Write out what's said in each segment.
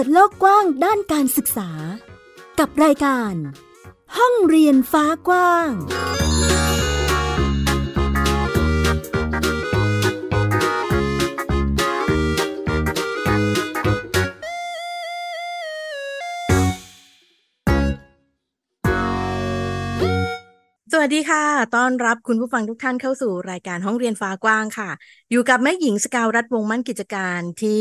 โลกกว้างด้านการศึกษากับรายการห้องเรียนฟ้ากว้างสวัสดีค่ะต้อนรับคุณผู้ฟังทุกท่านเข้าสู่รายการห้องเรียนฟ้ากว้างค่ะอยู่กับแม่หญิงสกาวรัตน์วงศ์มั่นกิจการที่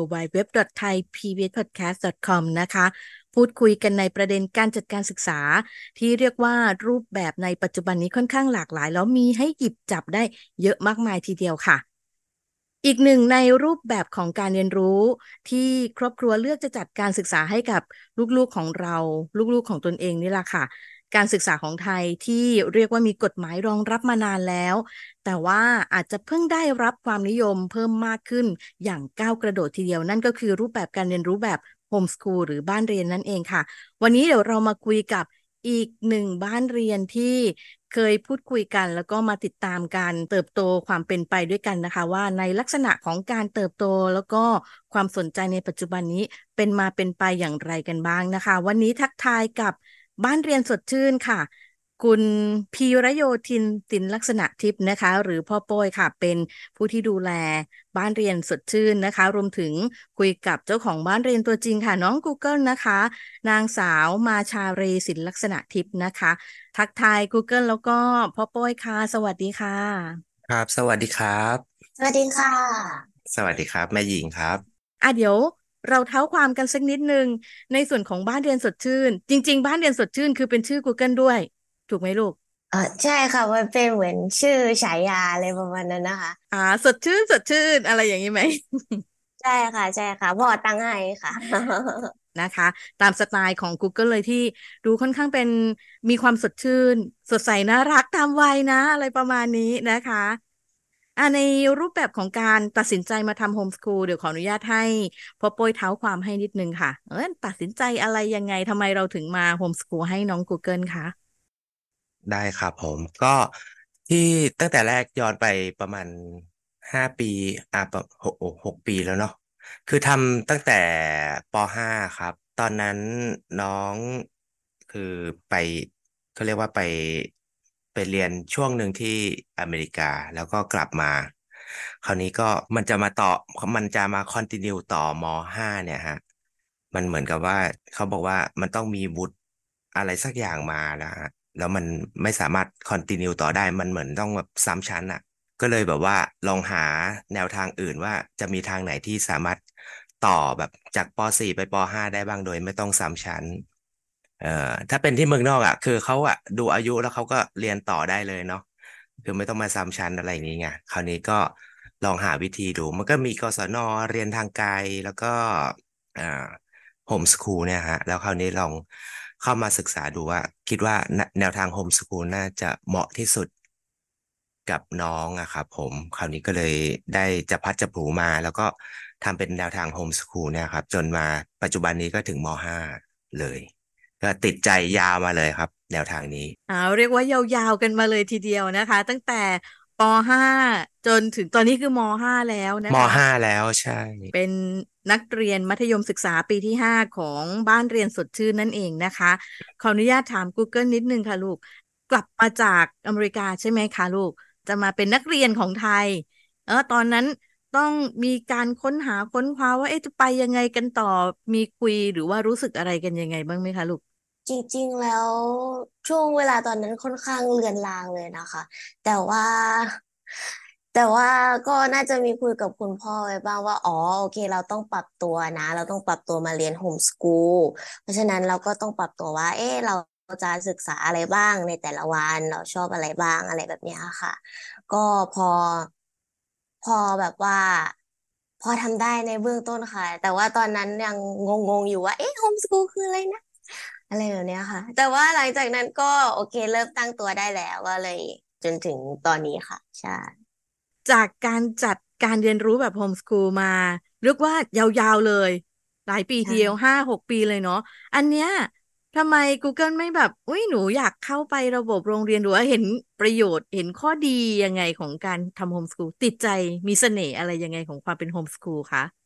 www.thaipbspodcast.com นะคะพูดคุยกันในประเด็นการจัดการศึกษาที่เรียกว่ารูปแบบในปัจจุบันนี้ค่อนข้างหลากหลายแล้วมีให้หยิบจับได้เยอะมากมายทีเดียวค่ะอีกหนึ่งในรูปแบบของการเรียนรู้ที่ครอบครัวเลือกจะจัดการศึกษาให้กับลูกๆของเราลูกๆของตนเองนี่แหละค่ะการศึกษาของไทยที่เรียกว่ามีกฎหมายรองรับมานานแล้วแต่ว่าอาจจะเพิ่งได้รับความนิยมเพิ่มมากขึ้นอย่างก้าวกระโดดทีเดียวนั่นก็คือรูปแบบการเรียนรู้แบบโฮมสคูลหรือบ้านเรียนนั่นเองค่ะวันนี้เดี๋ยวเรามาคุยกับอีกหนึ่งบ้านเรียนที่เคยพูดคุยกันแล้วก็มาติดตามการเติบโตความเป็นไปด้วยกันนะคะว่าในลักษณะของการเติบโตแล้วก็ความสนใจในปัจจุบันนี้เป็นมาเป็นไปอย่างไรกันบ้างนะคะวันนี้ทักทายกับบ้านเรียนสดชื่นค่ะคุณพีระโยธินตินลักษณะทิพย์นะคะหรือพ่อโป้ยค่ะเป็นผู้ที่ดูแลบ้านเรียนสดชื่นนะคะรวมถึงคุยกับเจ้าของบ้านเรียนตัวจริงค่ะน้อง Google นะคะนางสาวมาชาเรศิลป์ลักษณะทิพย์นะคะทักทาย Google แล้วก็พ่อโป้ยค่ะสวัสดีค่ะครับสวัสดีครับสวัสดีค่ะสวัสดีครับแม่หญิงครับเดี๋ยวเราเท้าความกันสักนิดนึงในส่วนของบ้านเรียนสดชื่นจริงๆบ้านเรียนสดชื่นคือเป็นชื่อ Google ด้วยถูกไหมลูกใช่ค่ะมันเป็นเหมือนชื่อฉายาอะไรประมาณนั้นนะคะสดชื่นสดชื่นอะไรอย่างนี้ไหมใช่ค่ะใช่ค่ะพ่อตั้งให้ค่ะนะคะตามสไตล์ของ Google เลยที่ดูค่อนข้างเป็นมีความสดชื่นสดใสน่ารักตามวัยนะอะไรประมาณนี้นะคะในรูปแบบของการตัดสินใจมาทำโฮมส o ูลเดี๋ยวขออนุญาตให้พ่อโป้ยเท้าความให้นิดนึงค่ะตัดสินใจอะไรยังไงทำไมเราถึงมาโฮมส o ูลให้น้อง Google คะได้ครับผมก็ที่ตั้งแต่แรกย้อนไปประมาณ5 ปีประ6 ปีแล้วเนาะคือทำตั้งแต่ป.5ครับตอนนั้นน้องคือไปเขาเรียกว่าไปเรียนช่วงหนึ่งที่อเมริกาแล้วก็กลับมาคราวนี้ก็มันจะมาต่อมันจะมาคอนติเนียต่อม.5เนี่ยฮะมันเหมือนกับว่าเขาบอกว่ามันต้องมีวุฒิอะไรสักอย่างมาแล้วฮะ แล้วมันไม่สามารถคอนติเนียต่อได้มันเหมือนต้องแบบซ้ำชั้นอ่ะก็เลยแบบว่าลองหาแนวทางอื่นว่าจะมีทางไหนที่สามารถต่อแบบจากป.4ไปป.5ได้บ้างโดยไม่ต้องซ้ำชั้นถ้าเป็นที่เมืองนอกอ่ะคือเขาอ่ะดูอายุแล้วเขาก็เรียนต่อได้เลยเนาะคือไม่ต้องมาซ้ำชั้นอะไรอย่างนี้ไงคราวนี้ก็ลองหาวิธีดูมันก็มีกศนเรียนทางไกลแล้วก็อ่า โฮมสคูลเนี่ยฮะแล้วคราวนี้ลองเข้ามาศึกษาดูว่าคิดว่าแนวทางโฮมสคูลน่าจะเหมาะที่สุดกับน้องอะครับผมคราวนี้ก็เลยได้จะพัดจะผูมาแล้วก็ทำเป็นแนวทางโฮมสคูลเนี่ยครับจนมาปัจจุบันนี้ก็ถึงม.5เลยก็ติดใจยาวมาเลยครับแนวทางนี้เรียกว่ายาวๆกันมาเลยทีเดียวนะคะตั้งแต่ป .5 จนถึงตอนนี้คือม .5 แล้วนะม. คะ 5แล้วใช่เป็นนักเรียนมัธยมศึกษาปีที่5ของบ้านเรียนสดชื่นนั่นเองนะคะขออนุญาตถาม Google นิดนึงค่ะลูกกลับมาจากอเมริกาใช่ไหมคะลูกจะมาเป็นนักเรียนของไทยตอนนั้นต้องมีการค้นหาค้นคว้าว่าจะไปยังไงกันต่อมีคุยหรือว่ารู้สึกอะไรกันยังไงบ้างไหมคะลูกจริงๆแล้วช่วงเวลาตอนนั้นค่อนข้างเลือนลางเลยนะคะแต่ว่าแต่ว่าก็น่าจะมีคุยกับคุณพ่อไว้บ้างว่าอ๋อโอเคเราต้องปรับตัวนะเราต้องปรับตัวมาเรียนโฮมสกูลเพราะฉะนั้นเราก็ต้องปรับตัวว่าเราจะศึกษาอะไรบ้างในแต่ละวันเราชอบอะไรบ้างอะไรแบบเนี้ยค่ะก็พอพอแบบว่าพอทำได้ในเบื้องต้นค่ะแต่ว่าตอนนั้นยังงงๆอยู่ว่าโฮมสกูลคืออะไรนะ อะไรแบบเนี้ยค่ะแต่ว่าหลังจากนั้นก็โอเคเริ่มตั้งตัวได้แล้วก็เลยจนถึงตอนนี้ค่ะใช่จากการจัดการเรียนรู้แบบโฮมส o ูลมาเรียกว่ายาวๆเลยหลายปีทีเดียวใช่ 5-6 ปีเลยเนาะอันเนี้ยทำไม Google ไม่แบบอุ้ยหนูอยากเข้าไประบบโรงเรียนหรือว่าเห็นประโยชน์เห็นข้อดียังไงของการทำโฮมส o ูลติดใจมีเสน่ห์อะไรยังไงของความเป็นโฮมส o ูลคะ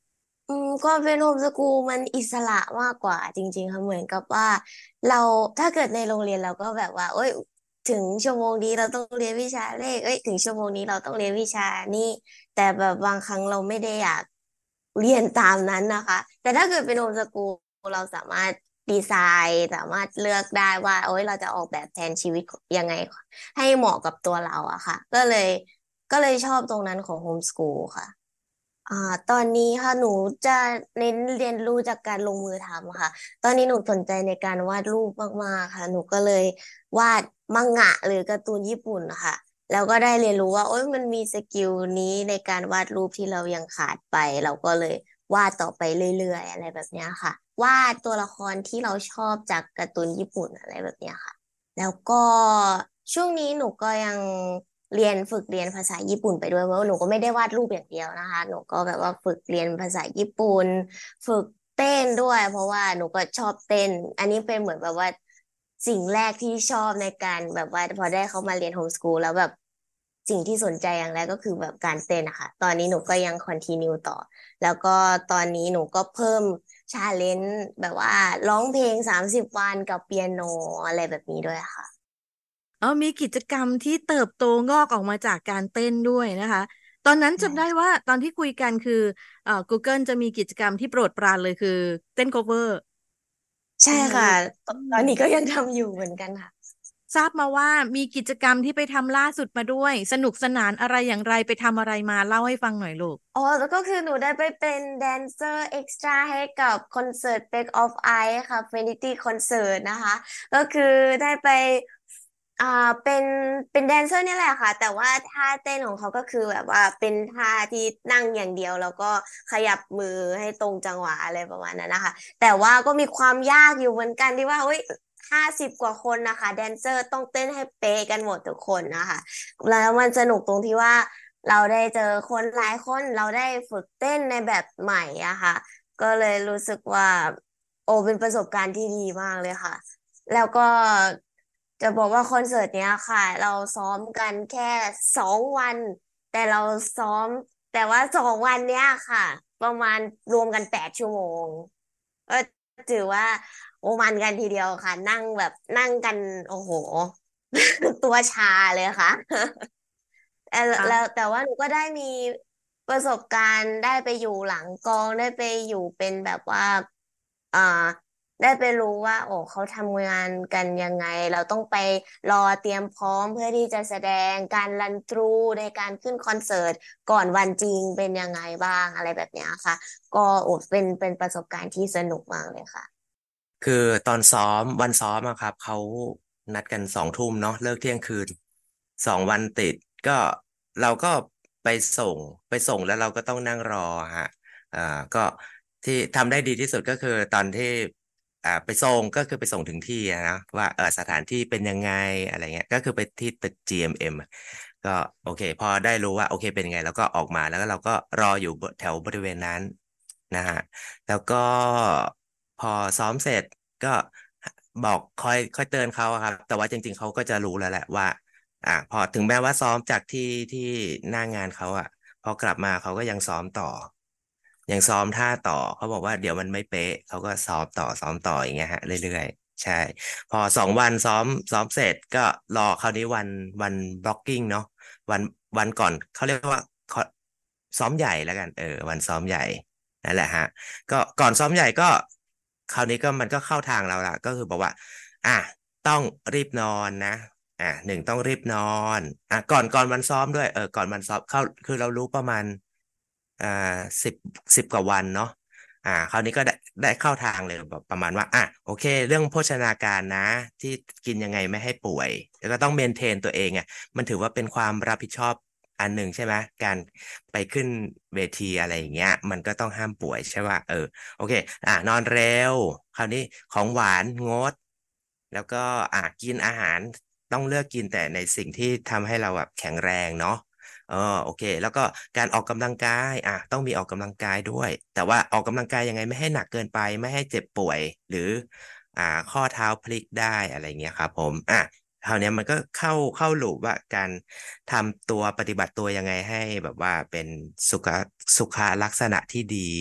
ก็เป็นโฮมสกูลมันอิสระมากกว่าจริงๆค่ะเหมือนกับว่าเราถ้าเกิดในโรงเรียนเราก็แบบว่าเอ้ยถึงชั่วโมงนี้เราต้องเรียนวิชาเลขเอ้ยถึงชั่วโมงนี้เราต้องเรียนวิชานี่แต่แบบบางครั้งเราไม่ได้อยากเรียนตามนั้นนะคะแต่ถ้าเกิดเป็นโฮมสกูลเราสามารถดีไซน์สามารถเลือกได้ว่าโอ้ยเราจะออกแบบแผนชีวิตยังไงให้เหมาะกับตัวเราอะค่ะก็เลยชอบตรงนั้นของโฮมสกูลค่ะ อ่าตอนนี้ค่ะหนูจะเน้นเรียนรู้จากการลงมือทำค่ะตอนนี้หนูสนใจในการวาดรูปมากๆค่ะหนูก็เลยวาดมังงะหรือการ์ตูนญี่ปุ่นค่ะแล้วก็ได้เรียนรู้ว่าโอ้ยมันมีสกิลนี้ในการวาดรูปที่เรายังขาดไปเราก็เลยวาดต่อไปเรื่อยๆอะไรแบบเนี้ยค่ะวาดตัวละครที่เราชอบจากการ์ตูนญี่ปุ่นอะไรแบบเนี้ยค่ะ แล้วก็ช่วงนี้หนูก็ยังฝึกเรียนภาษาญี่ปุ่นไปด้วยเพราะว่าหนูก็ไม่ได้วาดรูปอย่างเดียวนะคะหนูก็แบบว่าฝึกเรียนภาษาญี่ปุ่นฝึกเต้นด้วยเพราะว่าหนูก็ชอบเต้นอันนี้เป็นเหมือนแบบว่าสิ่งแรกที่ชอบในการแบบว่าพอได้เข้ามาเรียนโฮมสกูลแล้วแบบสิ่งที่สนใจอย่างแรกก็คือแบบการเต้นนะคะตอนนี้หนูก็ยังคอนติเนียต่อแล้วก็ตอนนี้หนูก็เพิ่มชาเลนจ์แบบว่าร้องเพลง30 วันกับเปียโนอะไรแบบนี้ด้วยค่ะมีกิจกรรมที่เติบโตงอกออกมาจากการเต้นด้วยนะคะตอนนั้นจำได้ว่าตอนที่คุยกันคือGoogle จะมีกิจกรรมที่โปรดปรานเลยคือเต้น cover ใช่ใช่ไหมค่ะลูกตอนนี้ก็ยังทำอยู่เหมือนกันค่ะทราบมาว่ามีกิจกรรมที่ไปทำล่าสุดมาด้วยสนุกสนานอะไรอย่างไรไปทำอะไรมาเล่าให้ฟังหน่อยลูกอ๋อแล้วก็คือหนูได้ไปเป็นแดนเซอร์เอ็กซ์ตร้าให้กับคอนเสิร์ต Break of Ice ค่ะ Finity Concert นะคะก็คือได้ไปอ่าเป็นแดนเซอร์เนี่ยแหละค่ะแต่ว่าท่าเต้นของเขาก็คือแบบว่าเป็นท่าที่นั่งอย่างเดียวแล้วก็ขยับมือให้ตรงจังหวะอะไรประมาณนั้นนะคะแต่ว่าก็มีความยากอยู่เหมือนกันที่ว่าเฮ้ย50 กว่าคนนะคะแดนเซอร์ต้องเต้นให้เป๊ะกันหมดทุกคนนะคะแล้วมันสนุกตรงที่ว่า เราได้เจอคนหลายคนเราได้ฝึกเต้นในแบบใหม่อะค่ะก็เลยรู้สึกว่าโอ้เป็นประสบการณ์ที่ดีมากเลยค่ะแล้วก็จะบอกว่าคอนเสิร์ตเนี้ยค่ะเราซ้อมกันแค่2 วันแต่เราซ้อมแต่ว่า2 วันเนี้ยค่ะประมาณรวมกัน8 ชั่วโมงก็ถือว่าโอ้มันกันทีเดียวค่ะนั่งแบบนั่งกันโอ้โหตัวชาเลยค่ะ แต่ว่าหนูก็ได้มีประสบการณ์ได้ไปอยู่หลังกองได้ไปอยู่เป็นแบบว่าอ่าได้ไปรู้ว่าโอ้เขาทำงานกันยังไงเราต้องไปรอเตรียมพร้อมเพื่อที่จะแสดงการรันทรูในการขึ้นคอนเสิร์ตก่อนวันจริงเป็นยังไงบ้างอะไรแบบเนี้ยค่ะก็โอ้เป็นประสบการณ์ที่สนุกมากเลยค่ะคือตอนซ้อมวันซ้อมอะครับเขานัดกัน2 ทุ่มเนาะเลิกเที่ยงคืน2 วันติดก็เราก็ไปส่งแล้วเราก็ต้องนั่งรอฮะอ่าก็ที่ทำได้ดีที่สุดก็คือตอนที่ไปส่งก็คือไปส่งถึงที่อะนะว่าสถานที่เป็นยังไงอะไรเงี้ยก็คือไปที่ตึก GMM อมเอ็มก็โอเคพอได้รู้ว่าโอเคเป็นยังไงแล้วก็ออกมาแล้วก็เราก็รออยู่แถวบริเวณนั้นนะฮะ แล้วก็พอซ้อมเสร็จก็บอกคอยเตือนเขาอะครับแต่ว่าจริงๆเขาก็จะรู้แล้วแหละว่าพอถึงแม้ว่าซ้อมจากที่หน้างานเขาอะพอกลับมาเขาก็ยังซ้อมต่อยังซ้อมท่าต่อเขาบอกว่าเดี๋ยวมันไม่เป๊ะเขาก็ซ้อมต่ออย่างเงี้ยฮะเรื่อยๆใช่พอ2 วันซ้อมเสร็จก็รอคราวนี้วันบล็อกกิ้งเนาะวันวันก่อนเขาเรียกว่าซ้อมใหญ่แล้วกันวันซ้อมใหญ่ นั่นแหละฮะก็ก่อนซ้อมใหญ่ก็คราวนี้ก็มันก็เข้าทางเราละก็คือบอกว่าอ่ะต้องรีบนอนนะ1ต้องรีบนอนก่อนวันซ้อมด้วยก่อนวันซ้อมเข้าคือเรารู้ประมาณอ่าสิบกว่าวันเนาะคราวนี้ก็ได้เข้าทางเลยแบบประมาณว่าโอเคเรื่องโภชนาการนะที่กินยังไงไม่ให้ป่วยแล้วก็ต้องเมนเทนตัวเองมันถือว่าเป็นความรับผิดชอบอันหนึ่งใช่ไหมการไปขึ้นเวทีอะไรอย่างเงี้ยมันก็ต้องห้ามป่วยใช่ป่ะโอเคนอนเร็วคราวนี้ของหวานงดแล้วก็กินอาหารต้องเลือกกินแต่ในสิ่งที่ทำให้เราแบบแข็งแรงเนาะเออโอเคแล้วก็การออกกำลังกายต้องมีออกกำลังกายด้วยแต่ว่าออกกำลังกายยังไงไม่ให้หนักเกินไปไม่ให้เจ็บป่วยหรือข้อเท้าพลิกได้อะไรเงี้ยครับผมคราวเนี้ยมันก็เข้าลูปว่าการทำตัวปฏิบัติตัวยังไงให้แบบว่าเป็นสุขลักษณะที่ดี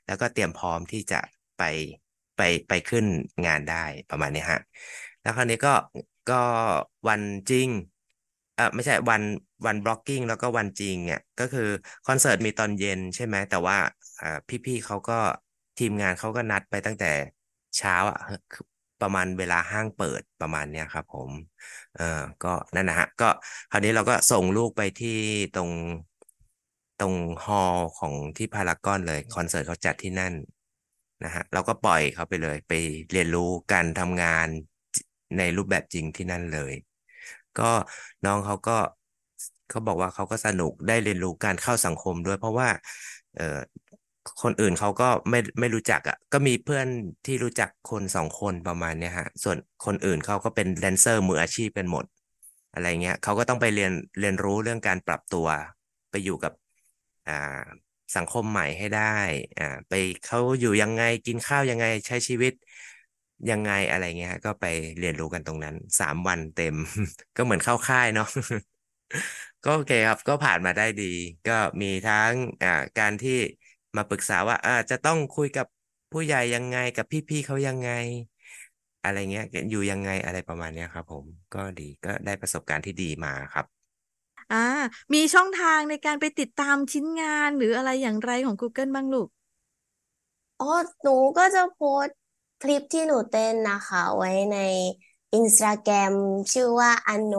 แล้วก็เตรียมพร้อมที่จะไปไปขึ้นงานได้ประมาณนี้ฮะแล้วคราวนี้ก็วันจริงไม่ใช่วันบล็อกกิ้งแล้วก็วันจริงเนี่ยก็คือคอนเสิร์ตมีตอนเย็นใช่ไหมแต่ว่าพี่ๆเขาก็ทีมงานเขาก็นัดไปตั้งแต่เช้าคือประมาณเวลาห้างเปิดประมาณเนี้ยครับผมเออก็นั่นนะฮะก็คราวนี้เราก็ส่งลูกไปที่ตรงตรงฮอลล์ของที่พารากอนเลยคอนเสิร์ตเขาจัดที่นั่นนะฮะเราก็ปล่อยเขาไปเลยไปเรียนรู้การทำงานในรูปแบบจริงที่นั่นเลยก็น้องเขาบอกว่าเขาก็สนุกได้เรียนรู้การเข้าสังคมด้วยเพราะว่าเอ่อคนอื่นเขาก็ไม่รู้จักอ่ะก็มีเพื่อนที่รู้จักคนสองคนประมาณเนี้ยฮะส่วนคนอื่นเขาก็เป็นแดนเซอร์มืออาชีพกันหมดอะไรเงี้ยเขาก็ต้องไปเรียนรู้เรื่องการปรับตัวไปอยู่กับอ่าสังคมใหม่ให้ได้ไปเขาอยู่ยังไงกินข้าวยังไงใช้ชีวิตยังไงอะไรเงี้ยฮะก็ไปเรียนรู้กันตรงนั้น3 วันเต็มก็เหมือนเข้าค่ายเนาะ ก็โอเคครับก็ผ่านมาได้ดีก็มีทั้งการที่มาปรึกษาว่าจะต้องคุยกับผู้ใหญ่ยังไงกับพี่ๆเขายังไงอะไรเงี้ยอยู่ยังไงอะไรประมาณเนี้ยครับผมก็ดีก็ได้ประสบการณ์ที่ดีมาครับอ่ามีช่องทางในการไปติดตามชิ้นงานหรืออะไรอย่างไรของ Google บ้างลูกอ๋อหนูก็จะโพสต์คลิปที่หนูเต้นนะคะไว้ในอินสตาแกรมชื่อว่า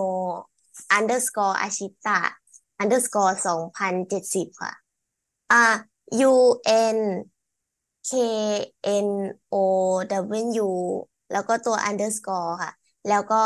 ano_ashita_2070ค่ะอ่า UNKNOW แล้วก็ตัว underscore ค่ะแล้วก็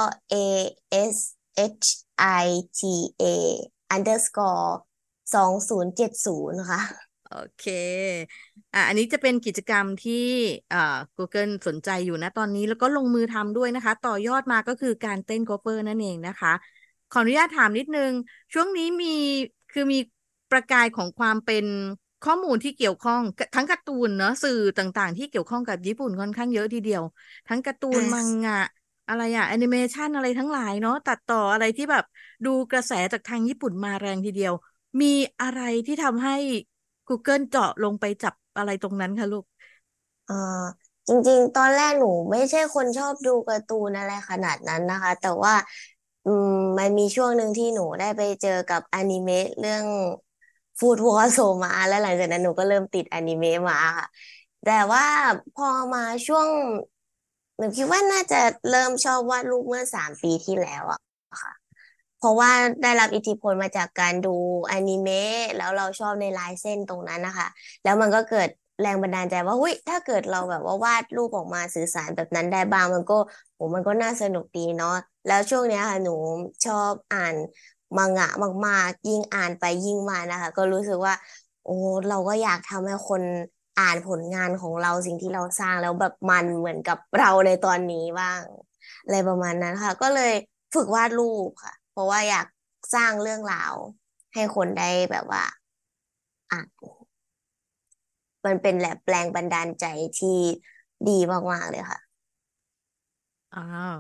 ASHITA_2070ค่ะโอเคอันนี้จะเป็นกิจกรรมที่อ่า Google สนใจอยู่นะตอนนี้แล้วก็ลงมือทำด้วยนะคะต่อยอดมาก็คือการเต้นโคเวอร์นั่นเองนะคะขออนุญาตถามนิดนึงช่วงนี้มีประกายของความเป็นข้อมูลที่เกี่ยวข้องทั้งการ์ตูนเนอะสื่อต่างๆที่เกี่ยวข้องกับญี่ปุ่นค่อนข้างเยอะทีเดียวทั้งการ์ตูนมังงะอะไรอะแอนิเมชันอะไรทั้งหลายเนาะตัดต่ออะไรที่แบบดูกระแสจากทางญี่ปุ่นมาแรงทีเดียวมีอะไรที่ทำให้ Google เจาะลงไปจับอะไรตรงนั้นคะลูกเอ่อจริงๆ ตอนแรกหนูไม่ใช่คนชอบดูการ์ตูนอะไรขนาดนั้นนะคะ แต่ว่าอืมมันมีช่วงหนึ่งที่หนูได้ไปเจอกับอนิเมะเรื่องฟูดวอ r โซมาแล้วหลังจากนั้นหนูก็เริ่มติดอนิเมะมาค่ะแต่ว่าพอมาช่วงหนูคิดว่าน่าจะเริ่มชอบวาดรูปเมื่อ3 ปีที่แล้วอะค่ะ เพราะว่าได้รับอิทธิพลมาจากการดูอนิเมะแล้วเราชอบในลายเส้นตรงนั้นนะคะแล้วมันก็เกิดแรงบันดาลใจว่าหุ้ยถ้าเกิดเราแบบว่าวาดรูปออกมาสื่อสารแบบนั้นได้บ้างมันก็น่าสนุกดีเนาะแล้วช่วงเนี้ยค่ะหนูชอบอ่านมังงะมากๆยิ่งอ่านไปยิ่งมานะคะก็รู้สึกว่าโอ้เราก็อยากทำให้คนอ่านผลงานของเราสิ่งที่เราสร้างแล้วแบบมันเหมือนกับเราในตอนนี้บ้างอะไรประมาณนั้นค่ะก็เลยฝึกวาดรูปค่ะ เพราะว่าอยากสร้างเรื่องราวให้คนได้แบบว่าอ่ะมันเป็นแรงบันดาลใจที่ดีมากๆเลยค่ะอ้าว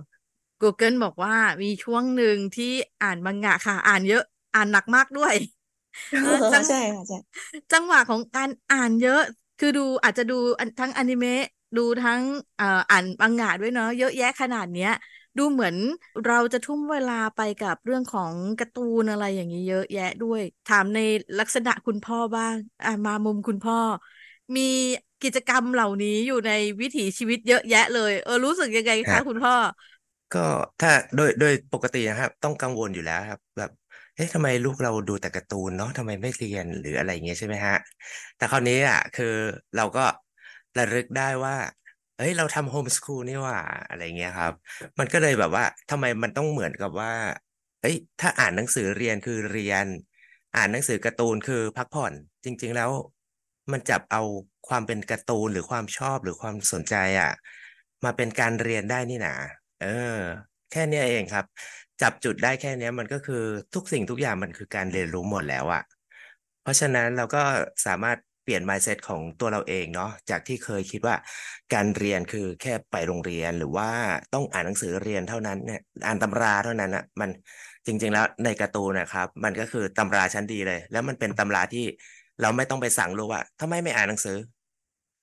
Google บอกว่ามีช่วงหนึ่งที่อ่านมังงะค่ะอ่านเยอะอ่านหนักมากด้วยเออจังใช่ค่ะใช่จังหวะของการอ่านเยอะคือดูอาจจะดูทั้งอนิเมะดูทั้งอ่านมังงะด้วยเนาะเยอะแยะขนาดเนี้ยดูเหมือนเราจะทุ่มเวลาไปกับเรื่องของการ์ตูนอะไรอย่างนี้เยอะแยะด้วยถามในลักษณะคุณพ่อบ้างมามุมคุณพ่อมีกิจกรรมเหล่านี้อยู่ในวิถีชีวิตเยอะแยะเลยรู้สึกยังไงคะฮะคุณพ่อก็ถ้าโดยปกตินะครับต้องกังวลอยู่แล้วครับแบบเอ๊ะทำไมลูกเราดูแต่การ์ตูนเนาะทำไมไม่เรียนหรืออะไรเงี้ยใช่ไหมฮะแต่คราวนี้คือเราก็ระลึกได้ว่าเอ้ยเราทำโฮมสคูลนี่หว่าอะไรเงี้ยครับมันก็เลยแบบว่าทำไมมันต้องเหมือนกับว่าเอ้ยถ้าอ่านหนังสือเรียนคือเรียนอ่านหนังสือการ์ตูนคือพักผ่อนจริงๆแล้วมันจับเอาความเป็นการ์ตูนหรือความชอบหรือความสนใจมาเป็นการเรียนได้นี่นะ เออแค่เนี้ยเองครับจับจุดได้แค่เนี้ยมันก็คือทุกสิ่งทุกอย่างมันคือการเรียนรู้หมดแล้วอะเพราะฉะนั้นเราก็สามารถเปลี่ยน mindset ของตัวเราเองเนาะจากที่เคยคิดว่าการเรียนคือแค่ไปโรงเรียนหรือว่าต้องอ่านหนังสือเรียนเท่านั้นเนี่ยอ่านตำราเท่านั้นอะมันจริงๆแล้วในการ์ตูนนะครับมันก็คือตำราชั้นดีเลยแล้วมันเป็นตำราที่เราไม่ต้องไปสั่งลูกว่าทำไมไม่อ่านหนังสือ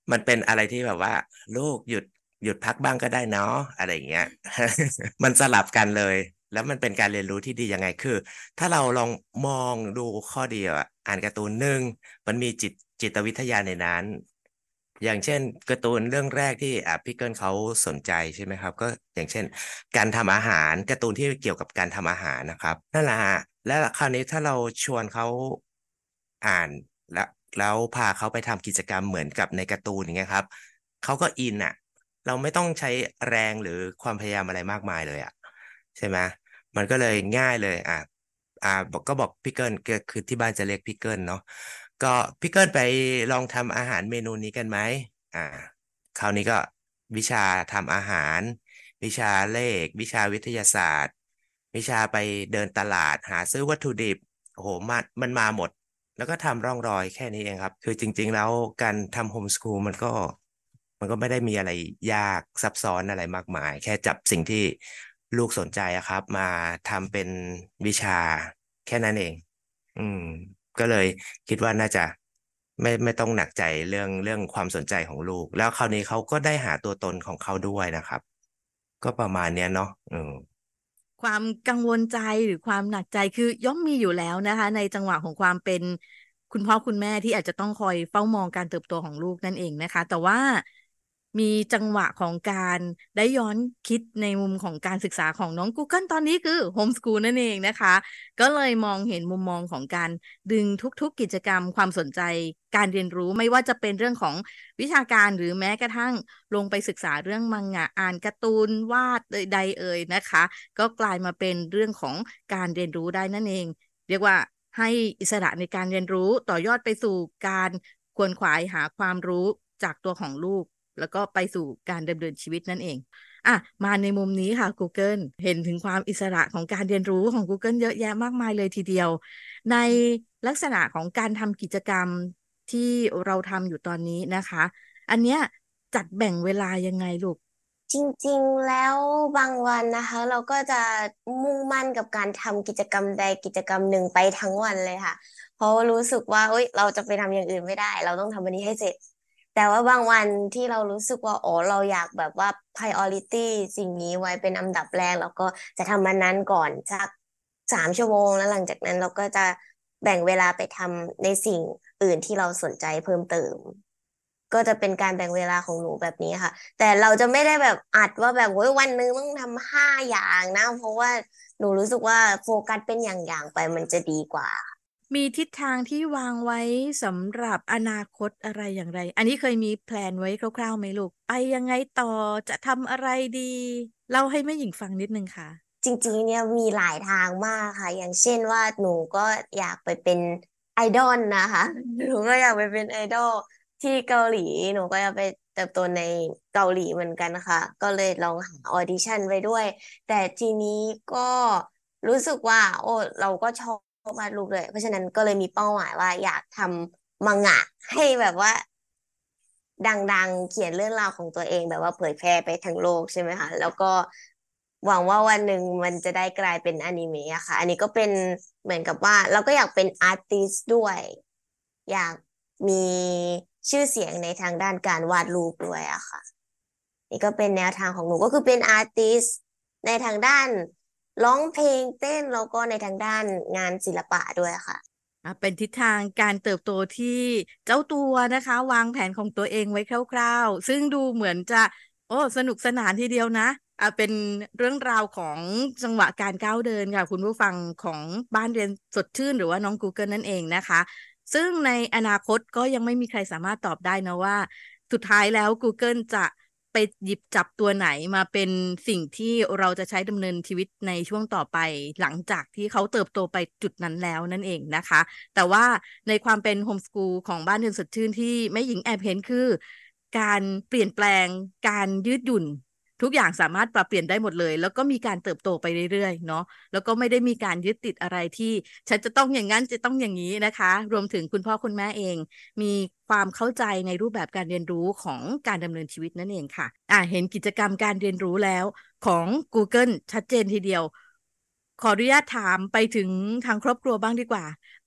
มันเป็นอะไรที่แบบว่าลูกหยุดพักบ้างก็ได้เนาะอะไรอย่างเงี้ยมันสลับกันเลยแล้วมันเป็นการเรียนรู้ที่ดียังไงคือถ้าเราลองมองดูข้อดีอะอ่านการ์ตูนหนึ่งมันมีจิตวิทยาในนั้นอย่างเช่นการ์ตูนเรื่องแรกที่พี่เกิลเขาสนใจใช่ไหมครับก็อย่างเช่นการทำอาหารการ์ตูนที่เกี่ยวกับการทำอาหารนะครับนั่นแหละฮะแล้วคราวนี้ถ้าเราชวนเขาอ่านแล้วพาเขาไปทำกิจกรรมเหมือนกับในการ์ตูนอย่างเงี้ยครับเขาก็อินอ่ะเราไม่ต้องใช้แรงหรือความพยายามอะไรมากมายเลยอ่ะใช่ไหมมันก็เลยง่ายเลยบอกพี่เกิลก็คือที่บ้านจะเรียกพี่เกิลเนาะก็พี่เกิลไปลองทำอาหารเมนูนี้กันไหมอ่าคราวนี้ก็วิชาทำอาหารวิชาเลขวิชาวิทยาศาสตร์วิชาไปเดินตลาดหาซื้อวัตถุดิบโอ้โหมันมาหมด แล้วก็ทำร่องรอยแค่นี้เองครับคือจริงๆแล้วการทำโฮมสคูลมันก็ไม่ได้มีอะไรยากซับซ้อนอะไรมากมายแค่จับสิ่งที่ลูกสนใจอะครับมาทำเป็นวิชาแค่นั้นเองอืมก็เลยคิดว่าน่าจะไม่ต้องหนักใจเรื่องความสนใจของลูกแล้วคราวนี้เขาก็ได้หาตัวตนของเขาด้วยนะครับก็ประมาณเนี้ยเนาะความกังวลใจหรือความหนักใจคือย่อมมีอยู่แล้วนะคะในจังหวะของความเป็นคุณพ่อคุณแม่ที่อาจจะต้องคอยเฝ้ามองการเติบโตของลูกนั่นเองนะคะแต่ว่ามีจังหวะของการได้ย้อนคิดในมุมของการศึกษาของน้อง Google ตอนนี้คือโฮมส o ูลนั่นเองนะคะก็เลยมองเห็นมุมมองของการดึงทุกๆกิจกรรมความสนใจการเรียนรู้ไม่ว่าจะเป็นเรื่องของวิชาการหรือแม้กระทั่งลงไปศึกษาเรื่องมังงะอ่านการ์ตูนวาดใดๆเอ่ยนะคะ ก็กลายมาเป็นเรื่องของการเรียนรู้ได้นั่นเองเรียกว่าให้อิสระในการเรียนรู้ต่อยอดไปสู่การขวนขวายหาความรู้จากตัวของลูกแล้วก็ไปสู่การดำเนินชีวิตนั่นเองอ่ะมาในมุมนี้ค่ะ Google เห็นถึงความอิสระของการเรียนรู้ของ Google เยอะแยะมากมายเลยทีเดียวในลักษณะของการทำกิจกรรมที่เราทำอยู่ตอนนี้นะคะอันเนี้ยจัดแบ่งเวลายังไงลูกจริงๆแล้วบางวันนะคะเราก็จะมุ่งมั่นกับการทำกิจกรรมใดกิจกรรมหนึ่งไปทั้งวันเลยค่ะเพราะรู้สึกว่าเอ้ยเราจะไปทำอย่างอื่นไม่ได้เราต้องทำวันนี้ให้เสร็จแต่ว่าบางวันที่เรารู้สึกว่าอ๋อเราอยากแบบว่า priority สิ่งนี้ไว้เป็นอันดับแรกเราก็จะทำมันนั้นก่อนสัก3 ชั่วโมงแล้วหลังจากนั้นเราก็จะแบ่งเวลาไปทำในสิ่งอื่นที่เราสนใจเพิ่มเติม ก็จะเป็นการแบ่งเวลาของหนูแบบนี้ค่ะแต่เราจะไม่ได้แบบอัดว่าแบบโอ้ยวันหนึงต้องทำ5 อย่างนะเพราะว่าหนูรู้สึกว่าโฟกัสเป็นอย่างๆไปมันจะดีกว่ามีทิศทางที่วางไว้สำหรับอนาคตอะไรอย่างไร อันนี้เคยมีแพลนไว้คร่าวๆไหมลูก ไปยังไงต่อจะทำอะไรดีเล่าให้แม่หญิงฟังนิดนึงค่ะจริงๆเนี่ยมีหลายทางมากค่ะอย่างเช่นว่าหนูก็อยากไปเป็นไอดอลนะคะหนูก็อยากไปเป็นไอดอลที่เกาหลีหนูก็อยากไปเติบโตในเกาหลีเหมือนกันค่ะก็เลยลองหาออดิชั่นไว้ด้วยแต่ทีนี้ก็รู้สึกว่าโอ้เราก็ชอบวาดรูปเลยเพราะฉะนั้นก็เลยมีเป้าหมายว่าอยากทำมังงะให้แบบว่าดังๆเขียนเรื่องราวของตัวเองแบบว่าเผยแพร่ไปทั้งโลกใช่ไหมคะแล้วก็หวังว่าวันหนึ่งมันจะได้กลายเป็นอนิเมะอะค่ะอันนี้ก็เป็นเหมือนกับว่าเราก็อยากเป็นอาร์ติสต์ด้วยอยากมีชื่อเสียงในทางด้านการวาดรูปด้วยอะค่ะนี่ก็เป็นแนวทางของหนูก็คือเป็นอาร์ติสต์ในทางด้านร้องเพลงเต้นแล้วก็ในทางด้านงานศิลปะด้วยค่ะเป็นทิศทางการเติบโตที่เจ้าตัวนะคะวางแผนของตัวเองไว้คร่าวๆซึ่งดูเหมือนจะโอ้สนุกสนานทีเดียวนะเป็นเรื่องราวของจังหวะการก้าวเดินค่ะคุณผู้ฟังของบ้านเรียนสดชื่นหรือว่าน้อง Google นั่นเองนะคะซึ่งในอนาคตก็ยังไม่มีใครสามารถตอบได้นะว่าสุดท้ายแล้ว Google จะไปหยิบจับตัวไหนมาเป็นสิ่งที่เราจะใช้ดำเนินชีวิตในช่วงต่อไปหลังจากที่เขาเติบโตไปจุดนั้นแล้วนั่นเองนะคะ แต่ว่าในความเป็นโฮมสกูลของบ้านเรือนสดชื่นที่แม่หญิงแอบเห็นคือการเปลี่ยนแปลงการยืดหยุ่นทุกอย่างสามารถปรับเปลี่ยนได้หมดเลยแล้วก็มีการเติบโตไปเรื่อยๆเนาะแล้วก็ไม่ได้มีการยึดติดอะไรที่ฉันจะต้องอย่างนั้นจะต้องอย่างนี้นะคะรวมถึงคุณพ่อคุณแม่เองมีความเข้าใจในรูปแบบการเรียนรู้ของการดำเนินชีวิตนั่นเองค่ะเห็นกิจกรรมการเรียนรู้แล้วของ Google ชัดเจนทีเดียวขออนุญาตถามไปถึงทางครอบครัวบ้างดีกว่า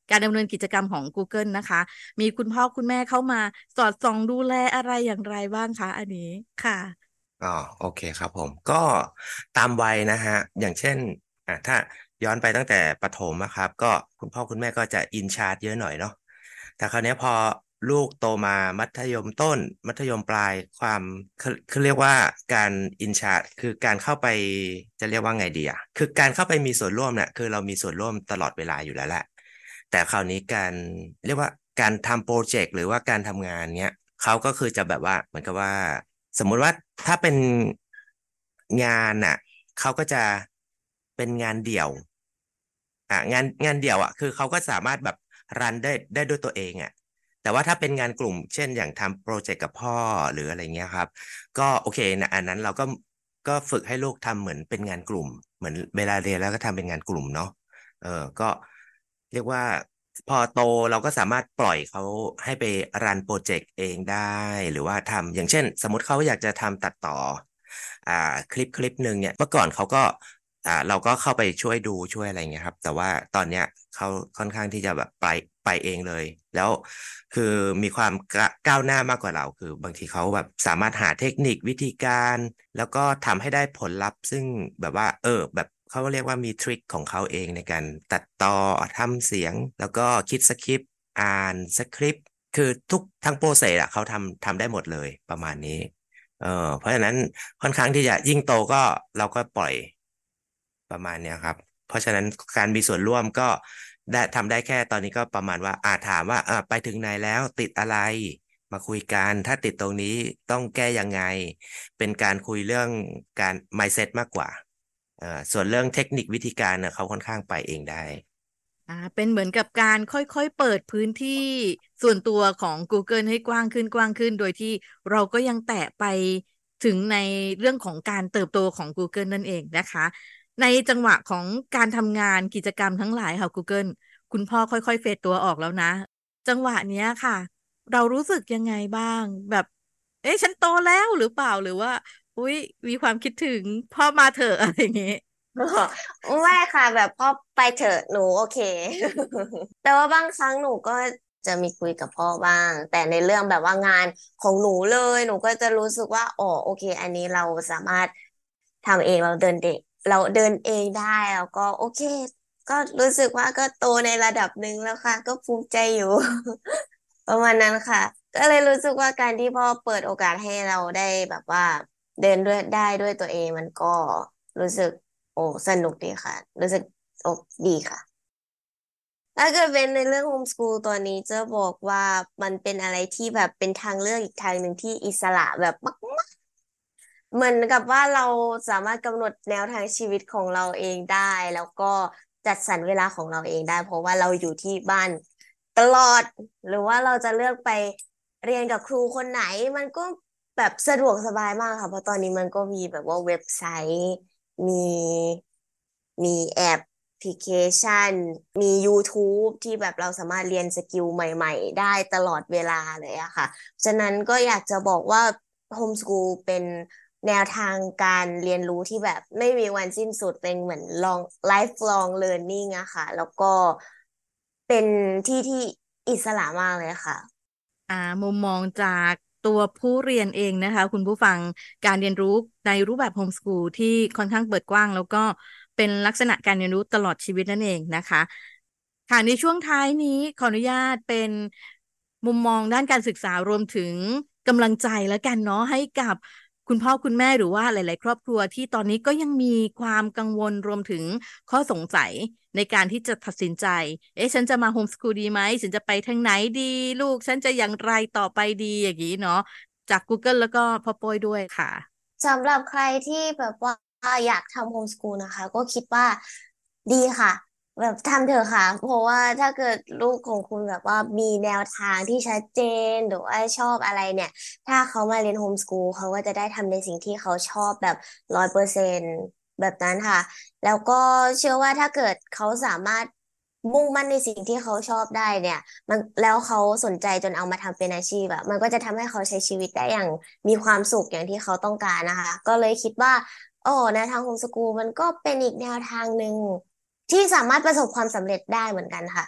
การดำเนินกิจกรรมของ Google นะคะมีคุณพ่อคุณแม่เข้ามาสอดส่องดูแลอะไรอย่างไรบ้างคะอันนี้ค่ะอ๋อโอเคครับผมก็ตามวัยนะฮะอย่างเช่นถ้าย้อนไปตั้งแต่ประถมอะครับก็คุณพ่อคุณแม่ก็จะอินชาร์จเยอะหน่อยเนาะแต่คราวเนี้ยพอลูกโตมามัธยมต้นมัธยมปลายความคือเรียกว่าการอินชาร์จคือการเข้าไปจะเรียกว่าไงดีอะคือการเข้าไปมีส่วนร่วมเนี่ยคือเรามีส่วนร่วมตลอดเวลาอยู่แล้วแหละแต่คราวนี้การเรียกว่าการทำโปรเจกต์หรือว่าการทำงานเนี้ยเขาก็คือจะแบบว่าเหมือนกับว่า สมมุติว่าถ้าเป็นงานอ่ะเขาก็จะเป็นงานเดี่ยวงานเดี่ยวอ่ะคือเขาก็สามารถแบบรันได้ด้วยตัวเองอ่ะแต่ว่าถ้าเป็นงานกลุ่มเช่นอย่างทำโปรเจกต์กับพ่อหรืออะไรเงี้ยครับก็โอเคนะอันนั้นเราก็ฝึกให้ลูกทำเหมือนเป็นงานกลุ่มเหมือนเวลาเรียนแล้วก็ทำเป็นงานกลุ่มเนาะก็เรียกว่าพอโตเราก็สามารถปล่อยเขาให้ไปรันโปรเจกต์เองได้หรือว่าทำอย่างเช่นสมมติเขาอยากจะทำตัดต่ออ่าคลิปหนึ่งเนี่ยเมื่อก่อนเขาก็เราก็เข้าไปช่วยดูช่วยอะไรเงี้ยครับแต่ว่าตอนเนี้ยเขาค่อนข้างที่จะแบบไปเองเลยแล้วคือมีความก้าวหน้ามากกว่าเราคือบางทีเขาแบบสามารถหาเทคนิควิธีการแล้วก็ทำให้ได้ผลลัพธ์ซึ่งแบบว่าแบบเขาเรียกว่ามีทริคของเขาเองในการตัดต่อทำเสียงแล้วก็คิดสคริปต์อ่านสคริปต์คือทุกทั้งโปรเซสอะเขาทำได้หมดเลยประมาณนี้เออเพราะฉะนั้นค่อนข้างที่จะยิ่งโตก็เราก็ปล่อยประมาณเนี้ยครับเพราะฉะนั้นการมีส่วนร่วมก็ได้ทำได้แค่ตอนนี้ก็ประมาณว่าถามว่าไปถึงไหนแล้วติดอะไรมาคุยกันถ้าติดตรงนี้ต้องแก้ยังไงเป็นการคุยเรื่องการ mindset มากกว่าส่วนเรื่องเทคนิควิธีการเนี่ยเขาค่อนข้างไปเองได้เป็นเหมือนกับการค่อยๆเปิดพื้นที่ส่วนตัวของ Google ให้กว้างขึ้นกว้างขึ้นโดยที่เราก็ยังแตะไปถึงในเรื่องของการเติบโตของ Google นั่นเองนะคะในจังหวะของการทำงานกิจกรรมทั้งหลายค่ะ Google คุณพ่อค่อยๆเฟดตัวออกแล้วนะจังหวะเนี้ยค่ะเรารู้สึกยังไงบ้างแบบเอ๊ะฉันโตแล้วหรือเปล่าหรือว่าอุ๊ยมีความคิดถึงพ่อมาเถอะอะไรอย่างเงี้ยไม่ค่ะแบบพ่อไปเถอะหนูโอเคแต่ว่าบางครั้งหนูก็จะมีคุยกับพ่อบ้างแต่ในเรื่องแบบว่างานของหนูเลยหนูก็จะรู้สึกว่าอ๋อโอเคอันนี้เราสามารถทำเองเราเดินเองได้แล้วก็โอเคก็รู้สึกว่าก็โตในระดับหนึ่งแล้วค่ะก็ภูมิใจอยู่ประมาณนั้นค่ะก็เลยรู้สึกว่าการที่พ่อเปิดโอกาสให้เราได้แบบว่าเดินด้วยได้ด้วยตัวเองมันก็รู้สึก โอ้สนุกดีค่ะรู้สึกโอ้ดีค่ะถ้าเกิดเป็นในเรื่องโฮมส o ูลตัวนี้จะบอกว่ามันเป็นอะไรที่แบบเป็นทางเลือกอีกทางหนึ่งที่อิสระแบบมากๆเหมือนกับว่าเราสามารถกำหนดแนวทางชีวิตของเราเองได้แล้วก็จัดสรรเวลาของเราเองได้เพราะว่าเราอยู่ที่บ้านตลอดหรือว่าเราจะเลือกไปเรียนกับครูคนไหนมันก็แบบสะดวกสบายมากค่ะเพราะตอนนี้มันก็มีแบบว่าเว็บไซต์มี มีแอปพลิเคชัน มี YouTube ที่แบบเราสามารถเรียนสกิลใหม่ๆได้ตลอดเวลาเลยอะค่ะฉะนั้นก็อยากจะบอกว่าโฮมส o ูลเป็นแนวทางการเรียนรู้ที่แบบไม่มีวันสิ้นสุดเป็นเหมือน lifelong learning อะค่ะแล้วก็เป็นที่อิสระมากเลยค่ะมุมมองจากตัวผู้เรียนเองนะคะคุณผู้ฟังการเรียนรู้ในรูปแบบโฮมส o ูลที่ค่อนข้างเปิดกว้างแล้วก็เป็นลักษณะการเรียนรู้ตลอดชีวิตนั่นเองนะคะค่ะในช่วงท้ายนี้ขออนุญาตเป็นมุมมองด้านการศึกษารวมถึงกำลังใจแล้วกันเนาะให้กับคุณพ่อคุณแม่หรือว่าหลายๆครอบครัวที่ตอนนี้ก็ยังมีความกังวลรวมถึงข้อสงสัยในการที่จะตัดสินใจ ฉันจะมาโฮมสกูลดีไหมฉันจะไปทางไหนดีลูกฉันจะอย่างไรต่อไปดีอย่างนี้เนาะจาก Google แล้วก็พ่อโป้ยด้วยค่ะสำหรับใครที่แบบว่าอยากทำโฮมส o ูลนะคะก็คิดว่าดีค่ะแบบทำเถอะค่ะเพราะว่าถ้าเกิดลูกของคุณแบบว่ามีแนวทางที่ชัดเจนหรือว่าชอบอะไรเนี่ยถ้าเขามาเรียนโฮมส o ูลเขาก็จะได้ทำในสิ่งที่เขาชอบแบบ100%แบบนั้นค่ะแล้วก็เชื่อว่าถ้าเกิดเขาสามารถมุ่งมั่นในสิ่งที่เขาชอบได้เนี่ยมันแล้วเขาสนใจจนเอามาทำเป็นอาชีพอะมันก็จะทำให้เขาใช้ชีวิตได้อย่างมีความสุขอย่างที่เขาต้องการนะคะก็เลยคิดว่าโอ้แนวทางโฮมส o ูลมันก็เป็นอีกแนวทางหนึ่ง ที่สามารถประสบความสำเร็จได้เหมือนกันค่ะ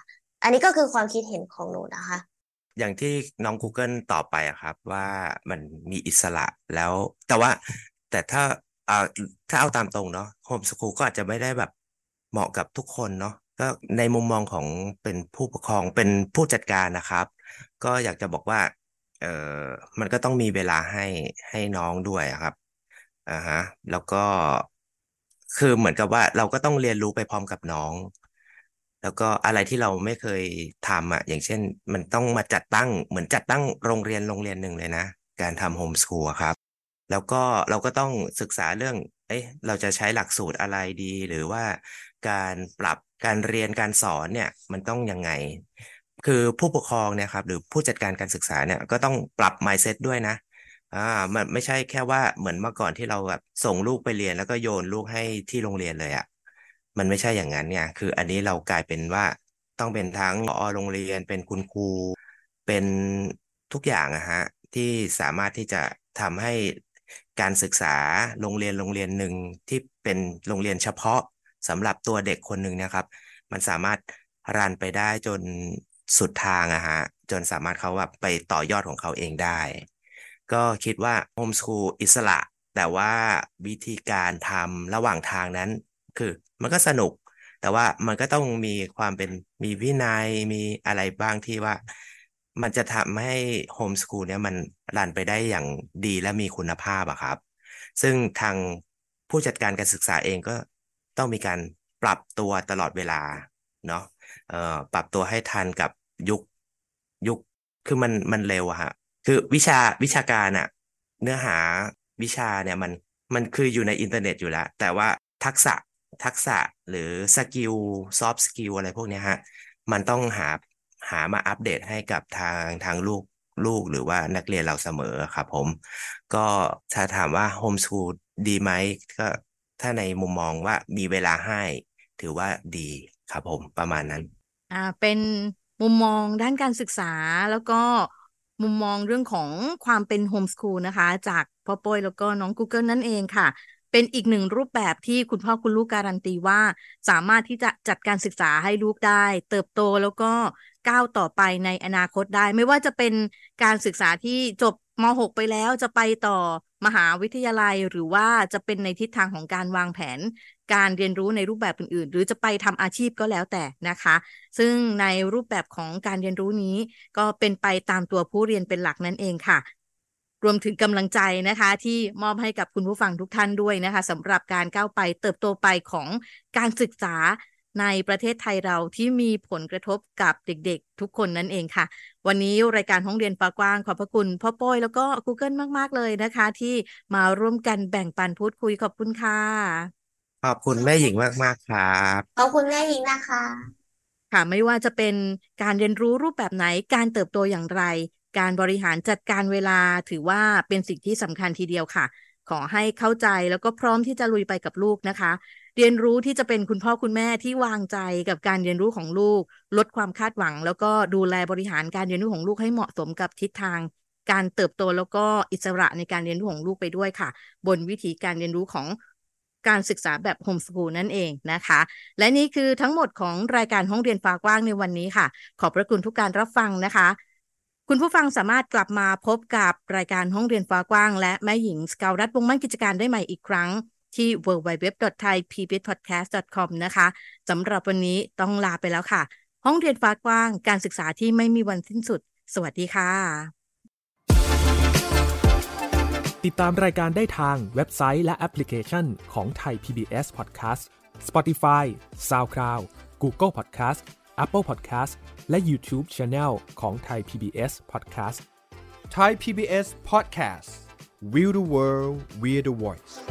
อันนี้ก็คือความคิดเห็นของหนูนะคะอย่างที่น้อง Google ตอบไปอะครับว่ามันมีอิสระแล้วแต่ว่าแต่อ่าถ้าเอาตามตรงเนาะโฮมสคูลก็อาจจะไม่ได้แบบเหมาะกับทุกคนเนาะก็ในมุมมองของเป็นผู้ปกครองเป็นผู้จัดการนะครับ ก็อยากจะบอกว่าเออมันก็ต้องมีเวลาให้น้องด้วยอะครับฮะแล้วก็คือเหมือนกับว่าเราก็ต้องเรียนรู้ไปพร้อมกับน้องแล้วก็อะไรที่เราไม่เคยทำอ่ะอย่างเช่นมันต้องมาจัดตั้งเหมือนจัดตั้งโรงเรียนหนึ่งเลยนะการทำโฮมสคูลครับแล้วก็เราก็ต้องศึกษาเรื่องเราจะใช้หลักสูตรอะไรดีหรือว่าการปรับการเรียนการสอนเนี่ยมันต้องยังไง คือผู้ปกครองเนี่ยครับหรือผู้จัดการการศึกษาเนี่ยก็ต้องปรับ mindset ด้วยนะอ่ามันไม่ใช่แค่ว่าเหมือนเมื่อก่อนที่เราแบบส่งลูกไปเรียนแล้วก็โยนลูกให้ที่โรงเรียนเลยอ่ะมันไม่ใช่อย่างนั้นเนี่ยคืออันนี้เรากลายเป็นว่าต้องเป็นทั้งผอโรงเรียนเป็นคุณครูเป็นทุกอย่างอะฮะที่สามารถที่จะทำให้การศึกษาโรงเรียนหนึ่งที่เป็นโรงเรียนเฉพาะสำหรับตัวเด็กคนหนึ่งนะครับ มันสามารถรันไปได้จนสุดทางอะฮะจนสามารถเขาแบบไปต่อยอดของเขาเองได้ก็คิดว่าโฮมสคูลอิสระแต่ว่าวิธีการทำระหว่างทางนั้นคือมันก็สนุกแต่ว่ามันก็ต้องมีความเป็นมีวินัยมีอะไรบ้างที่ว่ามันจะทำให้โฮมสคูลเนี่ยมันรันไปได้อย่างดีและมีคุณภาพอะครับซึ่งทางผู้จัดการการศึกษาเองก็ต้องมีการปรับตัวตลอดเวลาเนาะปรับตัวให้ทันกับยุคคือมันเร็วอะฮะคือวิชาการอะเนื้อหาวิชาเนี่ยมันคืออยู่ในอินเทอร์เน็ตอยู่แล้วแต่ว่าทักษะทักษะหรือสกิลซอฟต์สกิลอะไรพวกเนี้ยฮะมันต้องหามาอัปเดตให้กับทางลูกหรือว่านักเรียนเราเสมอครับผมก็ถ้าถามว่าโฮมสคูลดีไหมก็ถ้าในมุมมองว่ามีเวลาให้ถือว่าดีครับผมประมาณนั้นเป็นมุมมองด้านการศึกษาแล้วก็มุมมองเรื่องของความเป็นโฮมสคูลนะคะจากพ่อโป้ยแล้วก็น้อง Google นั่นเองค่ะเป็นอีกหนึ่งรูปแบบที่คุณพ่อคุณลูกการันตีว่าสามารถที่จะจัดการศึกษาให้ลูกได้เติบโตแล้วก็ก้าวต่อไปในอนาคตได้ไม่ว่าจะเป็นการศึกษาที่จบม.6 ไปแล้วจะไปต่อมหาวิทยาลัยหรือว่าจะเป็นในทิศทางของการวางแผนการเรียนรู้ในรูปแบบอื่นๆหรือจะไปทำอาชีพก็แล้วแต่นะคะซึ่งในรูปแบบของการเรียนรู้นี้ก็เป็นไปตามตัวผู้เรียนเป็นหลักนั่นเองค่ะรวมถึงกำลังใจนะคะที่มอบให้กับคุณผู้ฟังทุกท่านด้วยนะคะสำหรับการก้าวไปเติบโตไปของการศึกษาในประเทศไทยเราที่มีผลกระทบกับเด็กๆทุกคนนั่นเองค่ะวันนี้รายการห้องเรียนฟ้ากว้างขอบพระคุณพ่อโป้ยแล้วก็ Google มากๆเลยนะคะที่มาร่วมกันแบ่งปันพูดคุยขอบคุณค่ะขอบคุณแม่หญิงมากๆครับขอบคุณแม่หญิงนะคะค่ะไม่ว่าจะเป็นการเรียนรู้รูปแบบไหนการเติบโตอย่างไรการบริหารจัดการเวลาถือว่าเป็นสิ่งที่สำคัญทีเดียวค่ะขอให้เข้าใจแล้วก็พร้อมที่จะลุยไปกับลูกนะคะเรียนรู้ที่จะเป็นคุณพ่อคุณแม่ที่วางใจกับการเรียนรู้ของลูกลดความคาดหวังแล้วก็ดูแลบริหารการเรียนรู้ของลูกให้เหมาะสมกับทิศทางการเติบโตแล้วก็อิสระในการเรียนรู้ของลูกไปด้วยค่ะบนวิธีการเรียนรู้ของการศึกษาแบบโฮมสคูลนั่นเองนะคะและนี่คือทั้งหมดของรายการห้องเรียนฟ้ากว้างในวันนี้ค่ะขอบพระคุณทุกการรับฟังนะคะคุณผู้ฟังสามารถกลับมาพบกับรายการห้องเรียนฟ้ากว้างและแม่หญิงสกาวรัฐวงศ์มั่นกิจการได้ใหม่อีกครั้งที่ www.thaipbspodcast.com นะคะสำหรับวันนี้ต้องลาไปแล้วค่ะห้องเรียนฟ้ากว้างการศึกษาที่ไม่มีวันสิ้นสุดสวัสดีค่ะติดตามรายการได้ทางเว็บไซต์และแอปพลิเคชันของ Thai PBS Podcast Spotify SoundCloud Google Podcast Apple Podcast และ YouTube Channel ของ Thai PBS Podcast Thai PBS Podcast We the World We the Voice